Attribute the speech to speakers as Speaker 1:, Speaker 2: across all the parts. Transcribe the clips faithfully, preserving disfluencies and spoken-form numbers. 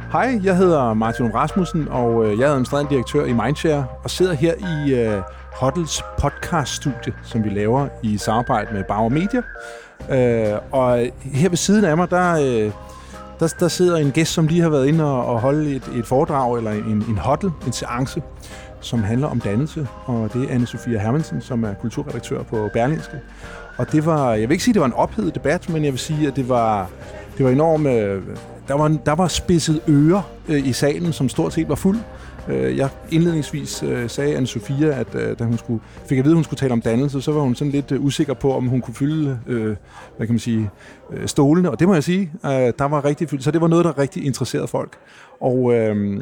Speaker 1: Hej, jeg hedder Martin Rasmussen, og jeg er administrerende direktør i Mindshare, og sidder her i uh, Huddles podcast-studie, som vi laver i samarbejde med Bauer Media. Uh, og her ved siden af mig, der, uh, der, der sidder en gæst, som lige har været inde og, og holde et, et foredrag, eller en, en huddle, en seance, som handler om dannelse, og det er Anne-Sophia Hermansen, som er kulturredaktør på Berlingske. Og det var, jeg vil ikke sige, at det var en ophedet debat, men jeg vil sige, at det var, det var enormt, der var, der var spidset ører i salen, som stort set var fuld. Jeg indledningsvis sagde Anne-Sophia, at da hun skulle, fik at vide, at hun skulle tale om dannelse, så var hun sådan lidt usikker på, om hun kunne fylde, hvad kan man sige, stolene. Og det må jeg sige, der var rigtig fyldt. Så det var noget, der rigtig interesserede folk. Og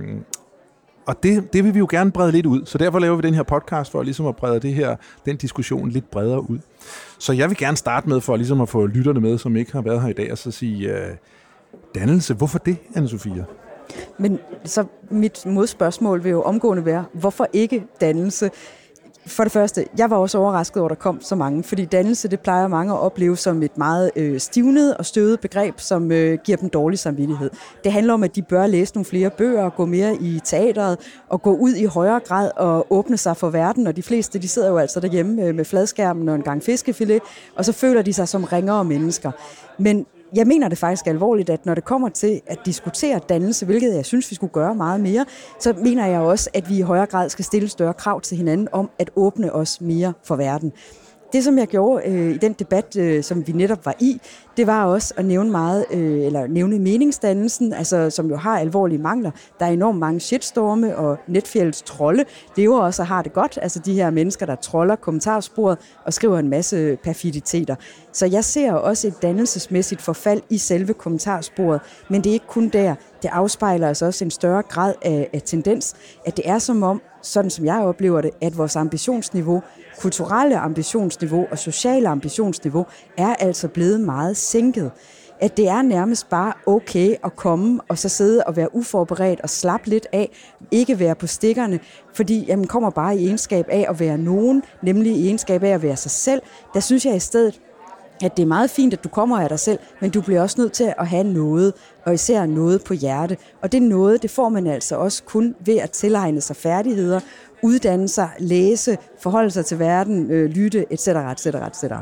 Speaker 1: Og det, det vil vi jo gerne brede lidt ud, så derfor laver vi den her podcast for ligesom at brede det her, den diskussion lidt bredere ud. Så jeg vil gerne starte med for ligesom at få lytterne med, som ikke har været her i dag, og så sige, uh, dannelse, hvorfor det, Anne-Sophia?
Speaker 2: Men så mit modspørgsmål vil jo omgående være, hvorfor ikke dannelse? For det første, jeg var også overrasket over, at der kom så mange, fordi dannelse, det plejer mange at opleve som et meget øh, stivnet og støvet begreb, som øh, giver dem dårlig samvittighed. Det handler om, at de bør læse nogle flere bøger, gå mere i teateret og gå ud i højere grad og åbne sig for verden, og de fleste, de sidder jo altså derhjemme øh, med fladskærmen og en gang fiskefilet, og så føler de sig som ringere mennesker. Men jeg mener det faktisk alvorligt, at når det kommer til at diskutere dannelse, hvilket jeg synes, vi skulle gøre meget mere, så mener jeg også, at vi i højere grad skal stille større krav til hinanden om at åbne os mere for verden. Det, som jeg gjorde øh, i den debat, øh, som vi netop var i, det var også at nævne meget, øh, eller nævne meningsdannelsen, altså, som jo har alvorlige mangler. Der er enormt mange shitstorme, og Netfjelds trolde lever også og har det godt. Altså de her mennesker, der troller kommentarsporet og skriver en masse perfiditeter. Så jeg ser også et dannelsesmæssigt forfald i selve kommentarsporet, men det er ikke kun der. Det afspejler altså også en større grad af, af tendens, at det er som om, sådan som jeg oplever det, at vores ambitionsniveau, kulturelle ambitionsniveau og sociale ambitionsniveau er altså blevet meget sænket. At det er nærmest bare okay at komme og så sidde og være uforberedt og slappe lidt af, ikke være på stikkerne, fordi man kommer bare i egenskab af at være nogen, nemlig i egenskab af at være sig selv. Der synes jeg i stedet, at det er meget fint, at du kommer af dig selv, men du bliver også nødt til at have noget, og især noget på hjerte. Og det noget, det får man altså også kun ved at tilegne sig færdigheder, uddanne sig, læse, forholde sig til verden, øh, lytte, et cetera, et cetera, et cetera.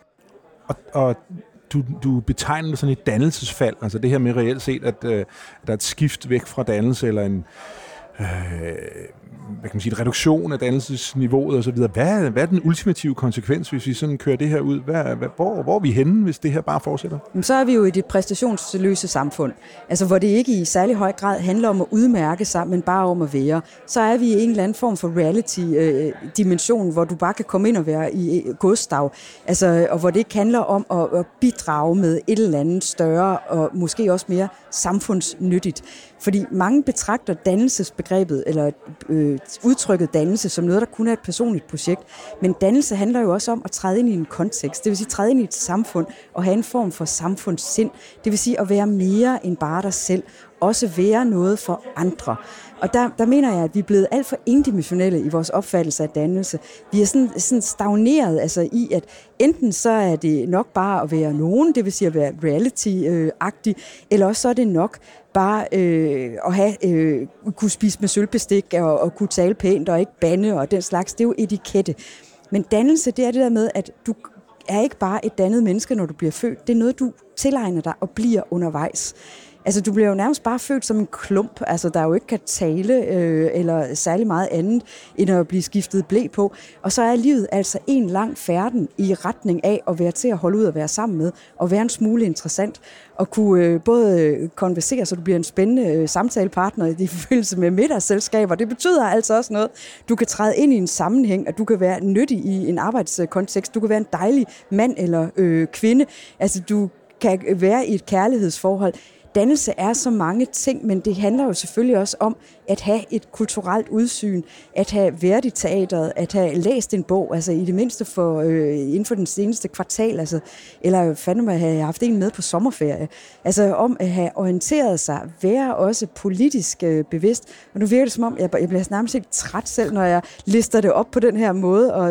Speaker 1: Og, og du, du betegner det sådan et dannelsesfald, altså det her med reelt set, at, øh, at der er et skift væk fra dannelse, eller en øh, hvad kan man sige, reduktion af dannelsesniveauet osv. Hvad, hvad er den ultimative konsekvens, hvis vi sådan kører det her ud? Hvad, hvad, hvor, hvor er vi henne, hvis det her bare fortsætter?
Speaker 2: Så er vi jo i det præstationsløse samfund, altså hvor det ikke i særlig høj grad handler om at udmærke sig, men bare om at være. Så er vi i en eller anden form for reality-dimension, hvor du bare kan komme ind og være i godstav, altså, og hvor det ikke handler om at, at bidrage med et eller andet større og måske også mere samfundsnyttigt. Fordi mange betragter dannelsesbegrebet, eller øh, udtrykket dannelse, som noget, der kun er et personligt projekt. Men dannelse handler jo også om at træde ind i en kontekst, det vil sige træde ind i et samfund og have en form for samfundssind. Det vil sige at være mere end bare dig selv, også være noget for andre. Og der, der mener jeg, at vi er blevet alt for endimensionelle i vores opfattelse af dannelse. Vi er sådan, sådan stagneret altså i, at enten så er det nok bare at være nogen, det vil sige at være reality-agtig, eller også så er det nok bare øh, at have, øh, kunne spise med sølvbestik og, og kunne tale pænt og ikke bande og den slags. Det er jo etikette. Men dannelse, det er det der med, at du er ikke bare et dannet menneske, når du bliver født. Det er noget, du tilegner dig og bliver undervejs. Altså, du bliver jo nærmest bare født som en klump, altså, der jo ikke kan tale øh, eller særlig meget andet, end at blive skiftet blæ på. Og så er livet altså en lang færden i retning af at være til at holde ud og være sammen med, og være en smule interessant, og kunne øh, både konversere, så du bliver en spændende øh, samtalepartner i forbindelse med middagsselskaber. Det betyder altså også noget. Du kan træde ind i en sammenhæng, at du kan være nyttig i en arbejdskontekst. Du kan være en dejlig mand eller øh, kvinde. Altså, du kan være i et kærlighedsforhold. Dannelse er så mange ting, men det handler jo selvfølgelig også om at have et kulturelt udsyn, at have været i teateret, at have læst en bog, altså i det mindste for, øh, inden for den seneste kvartal, altså, eller fandme at have haft en med på sommerferie. Altså om at have orienteret sig, være også politisk øh, bevidst. Og nu virker det som om, jeg, jeg bliver nærmest ikke træt selv, når jeg lister det op på den her måde, og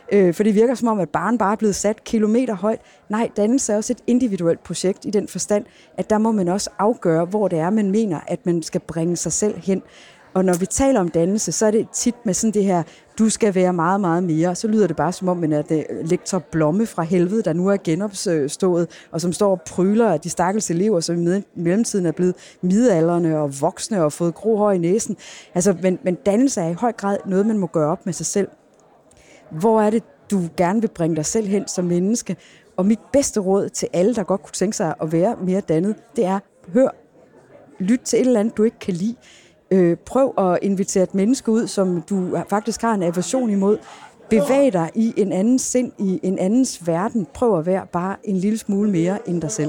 Speaker 2: øh, for det virker som om, at barn bare er blevet sat kilometer højt. Nej, dannelse er også et individuelt projekt i den forstand, at der må man også afgøre, hvor det er, man mener, at man skal bringe sig selv hen. Og når vi taler om dannelse, så er det tit med sådan det her, du skal være meget, meget mere. Så lyder det bare som om, man er det lektor Blomme fra helvede, der nu er genopstået, og som står og pryler af de stakkels elever, som i mellemtiden er blevet midaldrende og voksne og fået grå hår i næsen. Altså, men, men dannelse er i høj grad noget, man må gøre op med sig selv. Hvor er det, du gerne vil bringe dig selv hen som menneske? Og mit bedste råd til alle, der godt kunne tænke sig at være mere dannet, det er, hør, lyt til et eller andet, du ikke kan lide. Øh, prøv at invitere et menneske ud, som du faktisk har en aversion imod. Bevæg dig i en anden sind, i en andens verden. Prøv at være bare en lille smule mere end dig selv.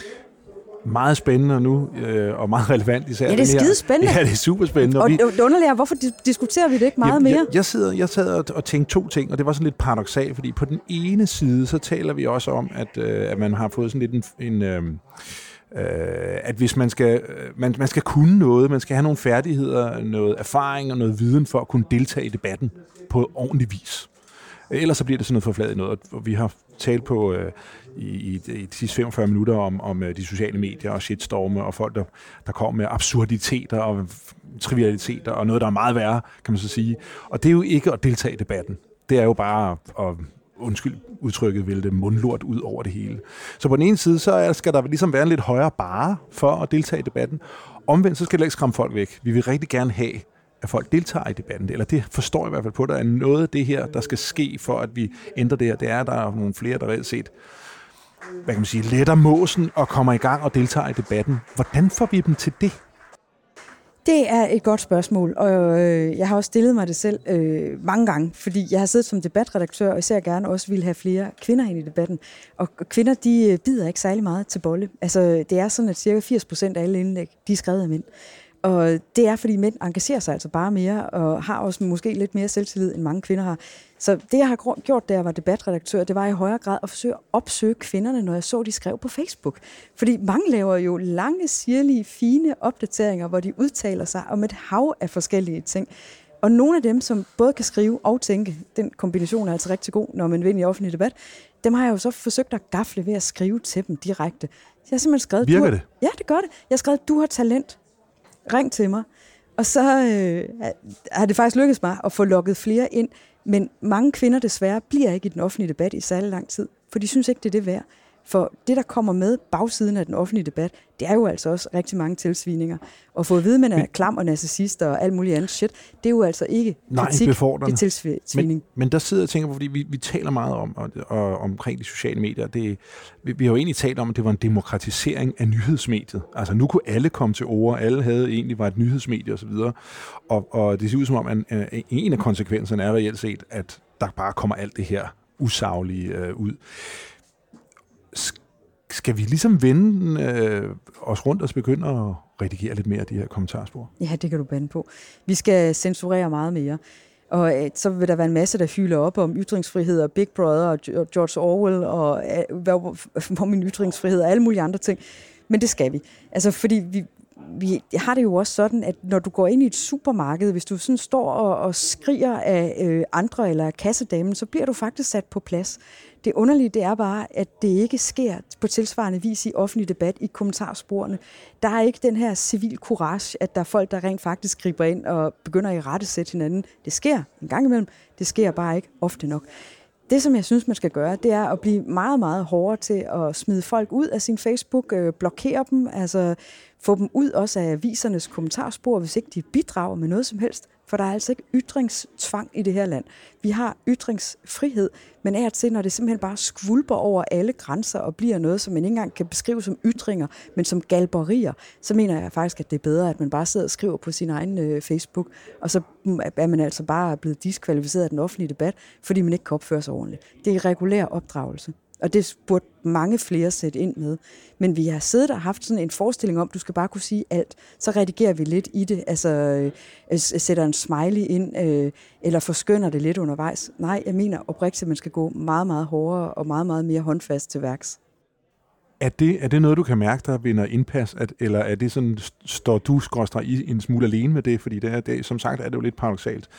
Speaker 1: Meget spændende nu, øh, og meget relevant især.
Speaker 2: Ja, det er skide spændende.
Speaker 1: Ja, det er super spændende.
Speaker 2: Og,
Speaker 1: og vi,
Speaker 2: det underlige er, hvorfor diskuterer vi det ikke meget
Speaker 1: jeg,
Speaker 2: mere?
Speaker 1: Jeg, jeg, sidder, jeg sad og, og tænkte to ting, og det var sådan lidt paradoksalt, fordi på den ene side, så taler vi også om, at, øh, at man har fået sådan lidt en... en øh, Uh, at hvis man skal, man, man skal kunne noget, man skal have nogle færdigheder, noget erfaring og noget viden for at kunne deltage i debatten på ordentlig vis. Ellers så bliver det sådan noget forfladet noget, og vi har talt på uh, i, i, i de sidste femogfyrre minutter om, om uh, de sociale medier og shitstorme og folk, der, der kommer med absurditeter og trivialiteter og noget, der er meget værre, kan man så sige. Og det er jo ikke at deltage i debatten. Det er jo bare at undskyld udtrykket, vil det mundlort ud over det hele. Så på den ene side, så skal der ligesom være en lidt højere barre for at deltage i debatten. Omvendt, så skal det ikke skræmme folk væk. Vi vil rigtig gerne have, at folk deltager i debatten. Eller det forstår jeg i hvert fald på, der er noget af det her, der skal ske, for at vi ændrer det her. Det er, at der er nogle flere, der reelt set, hvad kan man sige, letter måsen og kommer i gang og deltager i debatten. Hvordan får vi dem til det?
Speaker 2: Det er et godt spørgsmål, og øh, jeg har også stillet mig det selv øh, mange gange, fordi jeg har siddet som debatredaktør, og især gerne også ville have flere kvinder ind i debatten. Og kvinder, de bider ikke særlig meget til bolle. Altså, det er sådan, at cirka firs procent af alle indlæg, de er skrevet af mænd. Og det er, fordi mænd engagerer sig altså bare mere, og har også måske lidt mere selvtillid, end mange kvinder har. Så det, jeg har gjort, da jeg var debatredaktør, det var i højere grad at forsøge at opsøge kvinderne, når jeg så, de skrev på Facebook. Fordi mange laver jo lange, sirlige, fine opdateringer, hvor de udtaler sig om et hav af forskellige ting. Og nogle af dem, som både kan skrive og tænke, den kombination er altså rigtig god, når man vil ind i offentlig debat, dem har jeg jo så forsøgt at gafle ved at skrive til dem direkte. Så jeg har simpelthen skrevet...
Speaker 1: Virker
Speaker 2: har,
Speaker 1: det?
Speaker 2: Ja, det gør det. Jeg har skrevet, du har talent. Ring til mig. Og så øh, har det faktisk lykkedes mig at få lukket flere ind. Men mange kvinder desværre bliver ikke i den offentlige debat i særlig lang tid, for de synes ikke, det er det værd. For det, der kommer med bagsiden af den offentlige debat, det er jo altså også rigtig mange tilsvininger. Og få at vide, at man er klam og narcissist og alt muligt andet shit, det er jo altså ikke kritik, det er tilsvining.
Speaker 1: Men, men der sidder jeg og tænker på, fordi vi, vi taler meget om og, og, omkring de sociale medier. Det, vi, vi har jo egentlig talt om, at det var en demokratisering af nyhedsmediet. Altså nu kunne alle komme til ord, alle havde egentlig var et nyhedsmedie osv. Og, og det ser ud som om, at en af konsekvenserne er reelt set, at der bare kommer alt det her usaglige øh, ud. Skal vi ligesom vende øh, os rundt og begynde at redigere lidt mere af de her kommentarspor?
Speaker 2: Ja, det kan du bande på. Vi skal censurere meget mere. Og øh, så vil der være en masse, der fylder op om ytringsfrihed og Big Brother og George Orwell og øh, hvor, hvor min ytringsfrihed og alle mulige andre ting. Men det skal vi. Altså, fordi vi, vi har det jo også sådan, at når du går ind i et supermarked, hvis du sådan står og, og skriger af øh, andre eller af kassedamen, så bliver du faktisk sat på plads. Det underlige, det er bare, at det ikke sker på tilsvarende vis i offentlig debat, i kommentarsporene. Der er ikke den her civil courage, at der er folk, der rent faktisk griber ind og begynder at irettesætte hinanden. Det sker en gang imellem, det sker bare ikke ofte nok. Det, som jeg synes, man skal gøre, det er at blive meget, meget hårdere til at smide folk ud af sin Facebook, øh, blokere dem, altså få dem ud også af avisernes kommentarspor, hvis ikke de bidrager med noget som helst. For der er altså ikke ytringstvang i det her land. Vi har ytringsfrihed, men af og til, når det simpelthen bare skvulper over alle grænser og bliver noget, som man ikke engang kan beskrive som ytringer, men som galberier, så mener jeg faktisk, at det er bedre, at man bare sidder og skriver på sin egen øh, Facebook, og så er man altså bare blevet diskvalificeret af den offentlige debat, fordi man ikke kan opføre sig ordentligt. Det er regulær opdragelse. Og det burde mange flere sætte ind med. Men vi har siddet og haft sådan en forestilling om, at du skal bare kunne sige alt. Så redigerer vi lidt i det, altså øh, sætter en smiley ind, øh, eller forskønner det lidt undervejs. Nej, jeg mener oprigtigt, at man skal gå meget, meget hårdere og meget, meget mere håndfast til værks.
Speaker 1: Er det, er det noget, du kan mærke, der vinder indpas, at, eller er det sådan, står du skråstrej i en smule alene med det? Fordi det er, det, som sagt er det jo lidt paradoksalt.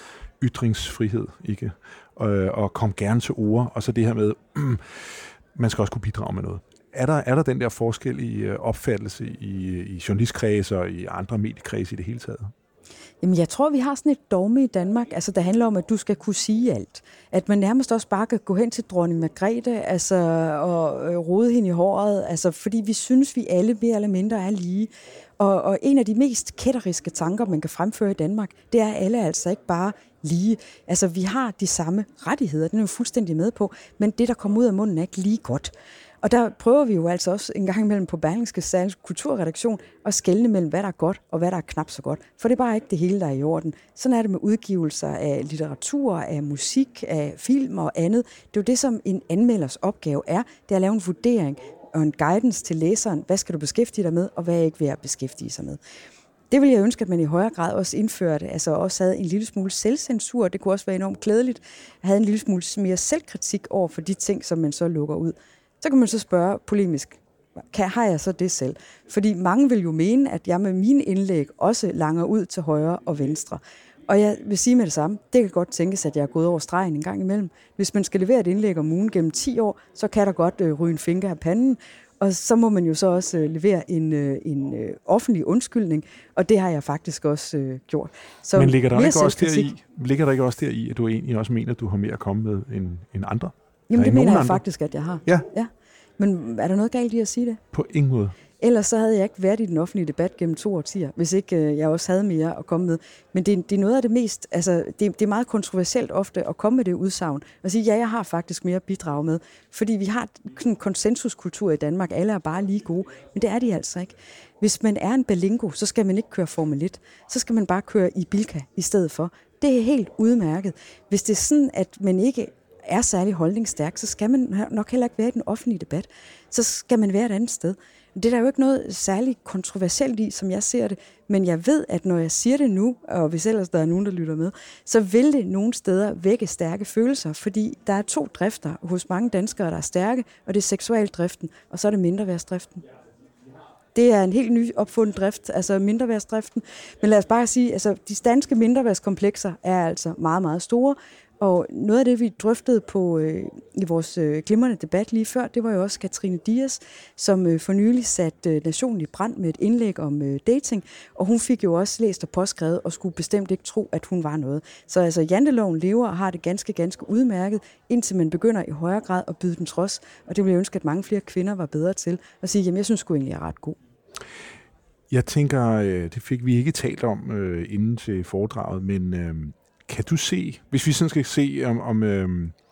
Speaker 1: ytringsfrihed, ikke? Og, og kom gerne til ord, og så det her med, mm, man skal også kunne bidrage med noget. Er der, er der den der forskel i opfattelse i, i journalistkredse og i andre mediekredse i det hele taget?
Speaker 2: Jamen, jeg tror, vi har sådan et dogme i Danmark, altså der handler om, at du skal kunne sige alt. At man nærmest også bare kan gå hen til dronning Margrethe altså, og øh, rode hende i håret, altså, fordi vi synes, vi alle mere eller mindre er lige. Og, og en af de mest kætteriske tanker, man kan fremføre i Danmark, det er, at alle altså ikke bare lige. Altså, vi har de samme rettigheder, den er vi fuldstændig med på, men det, der kommer ud af munden, er ikke lige godt. Og der prøver vi jo altså også en gang imellem på Berlingske Særlig Kulturredaktion at skelne mellem, hvad der er godt og hvad der er knap så godt. For det er bare ikke det hele, der er i orden. Sådan er det med udgivelser af litteratur, af musik, af film og andet. Det er jo det, som en anmelders opgave er. Det er at lave en vurdering og en guidance til læseren. Hvad skal du beskæftige dig med, og hvad er ikke ved at beskæftige sig med? Det vil jeg ønske, at man i højere grad også indførte, altså også havde en lille smule selvcensur. Det kunne også være enormt klædeligt. Havde en lille smule mere selvkritik over for de ting, som man så lukker ud. Så kan man så spørge polemisk, kan, har jeg så det selv? Fordi mange vil jo mene, at jeg med mine indlæg også langer ud til højre og venstre. Og jeg vil sige med det samme, det kan godt tænkes, at jeg er gået over stregen en gang imellem. Hvis man skal levere et indlæg om ugen gennem ti år, så kan der godt øh, ryge en finger af panden. Og så må man jo så også øh, levere en, øh, en øh, offentlig undskyldning, og det har jeg faktisk også øh, gjort. Så
Speaker 1: men ligger der, ikke også deri, ligger der ikke også deri, at du egentlig også mener, at du har mere at komme med end, end andre?
Speaker 2: Jamen det mener jeg andre? faktisk, at jeg har.
Speaker 1: Ja.
Speaker 2: ja. Men er der noget galt i at sige det?
Speaker 1: På ingen måde.
Speaker 2: Ellers så havde jeg ikke været i den offentlige debat gennem to årtier, hvis ikke øh, jeg også havde mere at komme med. Men det, det er noget af det mest, altså det, det er meget kontroversielt ofte at komme med det udsagn og sige, ja, jeg har faktisk mere at bidrage med. Fordi vi har en konsensuskultur i Danmark, alle er bare lige gode, men det er de altså ikke. Hvis man er en balingo, så skal man ikke køre Formel et, så skal man bare køre i Bilka i stedet for. Det er helt udmærket. Hvis det er sådan, at man ikke er særlig holdningsstærk, så skal man nok heller ikke være i den offentlige debat. Så skal man være et andet sted. Det er der jo ikke noget særligt kontroversielt i, som jeg ser det, men jeg ved, at når jeg siger det nu, og hvis ellers der er nogen, der lytter med, så vil det nogle steder vække stærke følelser, fordi der er to drifter hos mange danskere, der er stærke, og det er seksualdriften, og så er det mindreværdsdriften. Det er en helt ny opfundet drift, altså mindreværdsdriften. Men lad os bare sige, altså de danske mindreværdskomplekser er altså meget, meget store. Og noget af det, vi drøftede på øh, i vores øh, glimrende debat lige før, det var jo også Katrine Dias, som øh, for nylig satte øh, nationen i brand med et indlæg om øh, dating. Og hun fik jo også læst og påskrevet og skulle bestemt ikke tro, at hun var noget. Så altså janteloven lever og har det ganske, ganske udmærket, indtil man begynder i højere grad at byde den trods. Og det vil jeg ønske, at mange flere kvinder var bedre til at sige, jamen jeg synes sgu egentlig, jeg er ret god.
Speaker 1: Jeg tænker, det fik vi ikke talt om øh, inden til foredraget, men øh, kan du se, hvis vi sådan skal se, om, om øh,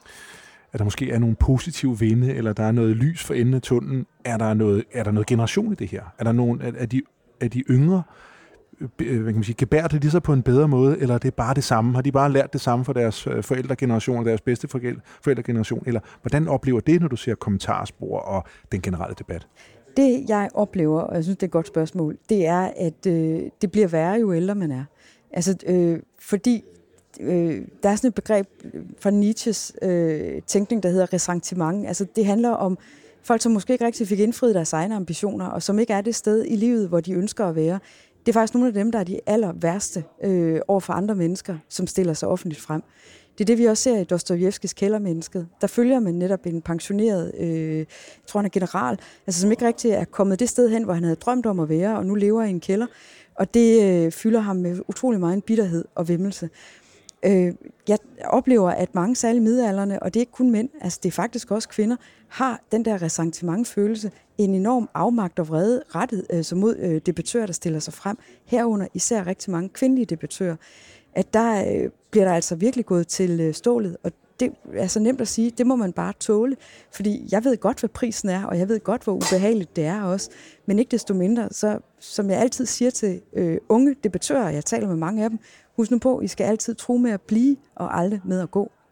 Speaker 1: at der måske er nogle positive vinde, eller der er noget lys for enden af tunnelen, er der noget, er der noget generation i det her? Er der nogen af de, af de yngre, hvad kan man sige, gebærer det lige så på en bedre måde, eller er det bare det samme? Har de bare lært det samme fra deres forældregeneration og deres bedste forældregeneration? Eller hvordan oplever det, når du ser kommentarspor og den generelle debat?
Speaker 2: Det, jeg oplever, og jeg synes, det er et godt spørgsmål, det er, at øh, det bliver værre, jo ældre man er. Altså, øh, fordi øh, der er sådan et begreb fra Nietzsches øh, tænkning, der hedder ressentiment. Altså, det handler om folk, som måske ikke rigtig fik indfriet deres egne ambitioner, og som ikke er det sted i livet, hvor de ønsker at være. Det er faktisk nogle af dem, der er de aller værste øh, over for andre mennesker, som stiller sig offentligt frem. Det er det, vi også ser i Dostojevskis Kældermennesket. Der følger man netop en pensioneret, øh, jeg tror han er general, altså som ikke rigtig er kommet det sted hen, hvor han havde drømt om at være, og nu lever i en kælder. Og det øh, fylder ham med utrolig meget en bitterhed og væmmelse. Øh, jeg oplever, at mange, særligt middelaldrende, og det er ikke kun mænd, altså det er faktisk også kvinder, har den der ressentimentfølelse, en enorm afmagt og vrede rettet øh, som mod øh, debattører, der stiller sig frem. Herunder især rigtig mange kvindelige debattører. At der øh, bliver der altså virkelig gået til øh, stålet, og det er så nemt at sige, det må man bare tåle, fordi jeg ved godt, hvad prisen er, og jeg ved godt, hvor ubehageligt det er også, men ikke desto mindre, så som jeg altid siger til øh, unge debattører, jeg taler med mange af dem, husk nu på, I skal altid tro med at blive, og aldrig med at gå.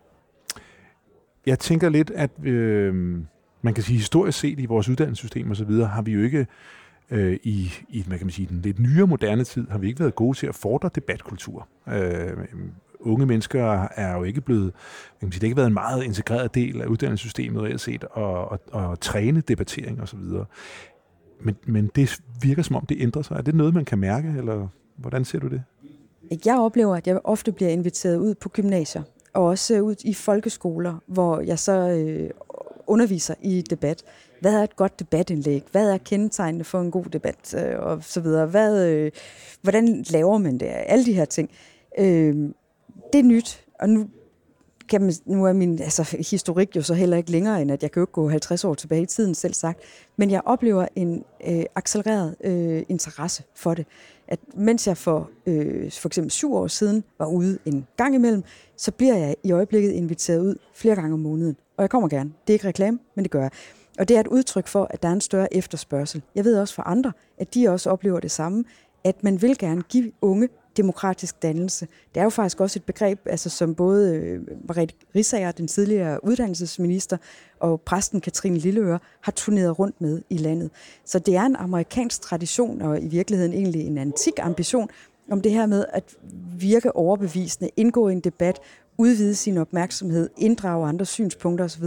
Speaker 1: Jeg tænker lidt, at øh, man kan sige, historisk set i vores uddannelsessystem og så videre, har vi jo ikke øh, i, i hvad kan man sige, den lidt nyere moderne tid, har vi ikke været gode til at fordre debatkultur. Øh, unge mennesker er jo ikke blevet, kan man sige, det har ikke været en meget integreret del af uddannelsessystemet reelt set, og, og, og træne debattering og så videre. Men, men det virker som om, det ændrer sig. Er det noget, man kan mærke, eller hvordan ser du det?
Speaker 2: Jeg oplever, at jeg ofte bliver inviteret ud på gymnasier, og også ud i folkeskoler, hvor jeg så øh, underviser i debat. Hvad er et godt debatindlæg? Hvad er kendetegnende for en god debat? Øh, og så videre. Hvad, øh, hvordan laver man det? Alle de her ting. Øh, det er nyt, og nu, kan man, nu er min altså, historik jo så heller ikke længere, end at jeg kan jo ikke gå halvtreds år tilbage i tiden, selv sagt. Men jeg oplever en øh, accelereret øh, interesse for det. At mens jeg for øh, for eksempel syv år siden var ude en gang imellem, så bliver jeg i øjeblikket inviteret ud flere gange om måneden. Og jeg kommer gerne. Det er ikke reklame, men det gør jeg. Og det er et udtryk for, at der er en større efterspørgsel. Jeg ved også fra andre, at de også oplever det samme, at man vil gerne give unge demokratisk dannelse. Det er jo faktisk også et begreb, altså som både øh, Merete Riisager, den tidligere uddannelsesminister, og præsten Katrine Lilleøre har turneret rundt med i landet. Så det er en amerikansk tradition, og i virkeligheden egentlig en antik ambition, om det her med at virke overbevisende, indgå i en debat, udvide sin opmærksomhed, inddrage andre synspunkter osv.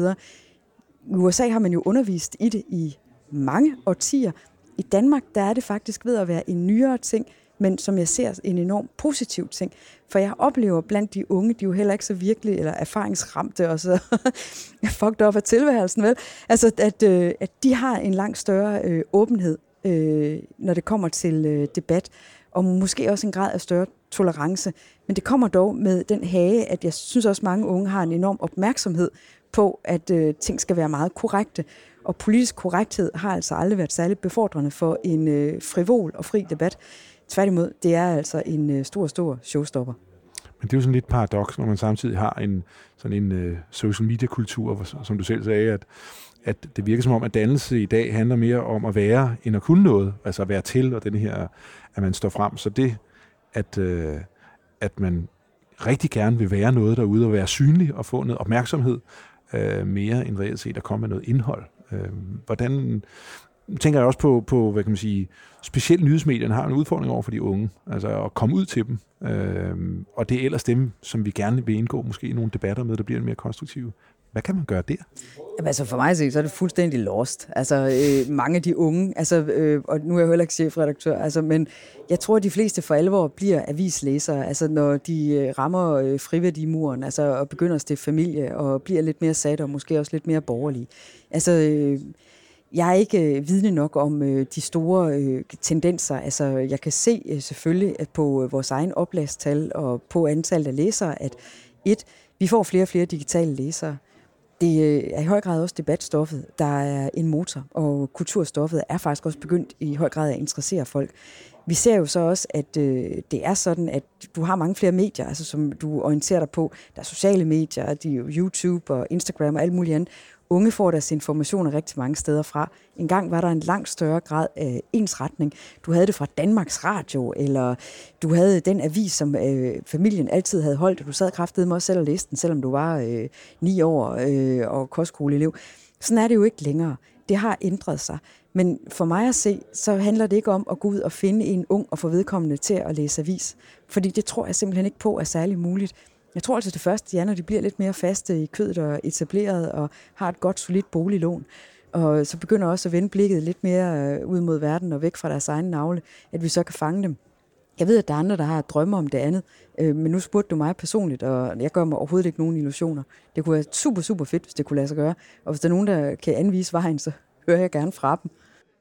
Speaker 2: I U S A har man jo undervist i det i mange årtier. I Danmark, der er det faktisk ved at være en nyere ting, men som jeg ser en enorm positiv ting. For jeg oplever blandt de unge, de er jo heller ikke så virkelig, eller erfaringsramte, og så fucked op af tilværelsen, vel? Altså, at, øh, at de har en langt større øh, åbenhed, øh, når det kommer til øh, debat, og måske også en grad af større tolerance. Men det kommer dog med den hage, at jeg synes også, mange unge har en enorm opmærksomhed på, at øh, ting skal være meget korrekte. Og politisk korrekthed har altså aldrig været særligt befordrende for en øh, frivol og fri debat. Tværtimod, det er altså en øh, stor, stor showstopper.
Speaker 1: Men det er jo sådan lidt paradoks, når man samtidig har en sådan en øh, social media-kultur, som du selv sagde, at, at det virker som om, at dannelse i dag handler mere om at være, end at kunne noget. Altså at være til, og den her, at man står frem. Så det, at, øh, at man rigtig gerne vil være noget derude, og være synlig og få noget opmærksomhed, øh, mere end reelt set at komme med noget indhold. Øh, hvordan... tænker jeg også på, på, hvad kan man sige, specielt nyhedsmedierne har en udfordring over for de unge, altså at komme ud til dem, øh, og det er ellers dem, som vi gerne vil indgå måske i nogle debatter med, der bliver mere konstruktive. Hvad kan man gøre der?
Speaker 2: Jamen, altså for mig at se, så er det fuldstændig lost. Altså øh, mange af de unge, altså, øh, og nu er jeg jo heller ikke chefredaktør, altså, men jeg tror, at de fleste for alvor bliver avislæsere, altså når de øh, rammer øh, friværdimuren, altså og begynder at stifte familie, og bliver lidt mere sat, og måske også lidt mere borgerlige. Altså... Øh, Jeg er ikke øh, vidne nok om øh, de store øh, tendenser. Altså, jeg kan se øh, selvfølgelig at på øh, vores egen oplagstal og på antallet af læsere, at et, vi får flere og flere digitale læsere. Det øh, er i høj grad også debatstoffet, der er en motor, og kulturstoffet er faktisk også begyndt i høj grad at interessere folk. Vi ser jo så også, at øh, det er sådan, at du har mange flere medier, altså, som du orienterer dig på. Der er sociale medier, de er jo YouTube og Instagram og alt muligt andet. Unge får deres informationer rigtig mange steder fra. En gang var der en langt større grad af ensretning. Du havde det fra Danmarks Radio, eller du havde den avis, som øh, familien altid havde holdt, og du sad kraftedeme også selv og læste den, selvom du var øh, ni år øh, og kostskoleelev. Sådan er det jo ikke længere. Det har ændret sig. Men for mig at se, så handler det ikke om at gå ud og finde en ung og få vedkommende til at læse avis. Fordi det tror jeg simpelthen ikke på er særlig muligt. Jeg tror altså det første, ja, når de bliver lidt mere faste i kødet og etableret og har et godt, solidt boliglån, og så begynder også at vende blikket lidt mere ud mod verden og væk fra deres egen navle, at vi så kan fange dem. Jeg ved, at der er andre, der har drømme om det andet, men nu spurgte du mig personligt, og jeg gør mig overhovedet ikke nogen illusioner. Det kunne være super, super fedt, hvis det kunne lade sig gøre, og hvis der er nogen, der kan anvise vejen, så hører jeg gerne fra dem.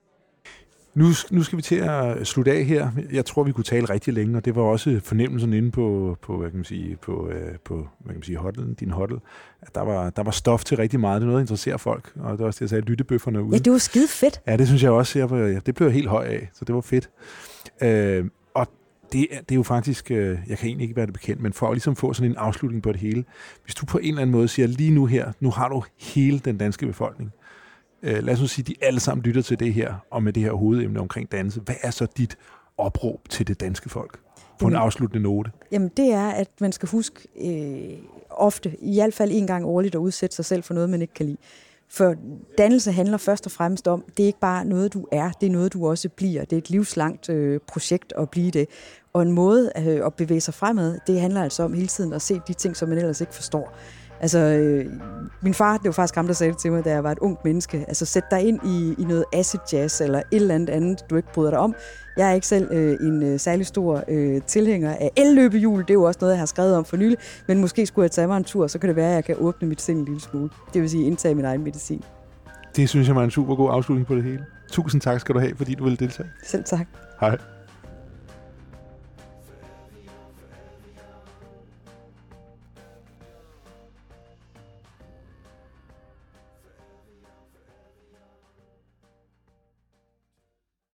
Speaker 1: Nu, nu skal vi til at slutte af her. Jeg tror, vi kunne tale rigtig længe, og det var også fornemmelsen inde på, på hvad kan man sige, på, øh, på hvad kan man sige, hotlen, din hotel, at der var, der var stof til rigtig meget. Det er noget, der interesserer folk, og det var også det, jeg sagde, lyttebøfferne ude.
Speaker 2: Ja, det var skide fedt.
Speaker 1: Ja, det synes jeg også. Jeg var, ja, det blev jeg helt høj af, så det var fedt. Øh, og det, det er jo faktisk, øh, jeg kan egentlig ikke være det bekendt, men for at ligesom få sådan en afslutning på det hele, hvis du på en eller anden måde siger, lige nu her, nu har du hele den danske befolkning, lad os nu sige, at de alle sammen lytter til det her, og med det her hovedemne omkring dannelse. Hvad er så dit opråb til det danske folk? På en afsluttende note.
Speaker 2: Jamen det er, at man skal huske øh, ofte, i hvert fald en gang årligt, at udsætte sig selv for noget, man ikke kan lide. For dannelse handler først og fremmest om, det er ikke bare noget, du er, det er noget, du også bliver. Det er et livslangt øh, projekt at blive det. Og en måde øh, at bevæge sig fremad, det handler altså om hele tiden at se de ting, som man ellers ikke forstår. Altså, øh, min far, det var faktisk ham, der sagde det til mig, da jeg var et ungt menneske. Altså, sæt dig ind i, i noget acid jazz eller et eller andet andet, du ikke bryder dig om. Jeg er ikke selv øh, en øh, særlig stor øh, tilhænger af elløbehjul. Det er jo også noget, jeg har skrevet om for nylig. Men måske skulle jeg tage mig en tur, så kan det være, at jeg kan åbne mit sind en lille smule. Det vil sige, indtage min egen medicin.
Speaker 1: Det synes jeg var en super god afslutning på det hele. Tusind tak skal du have, fordi du ville deltage.
Speaker 2: Selv tak.
Speaker 1: Hej.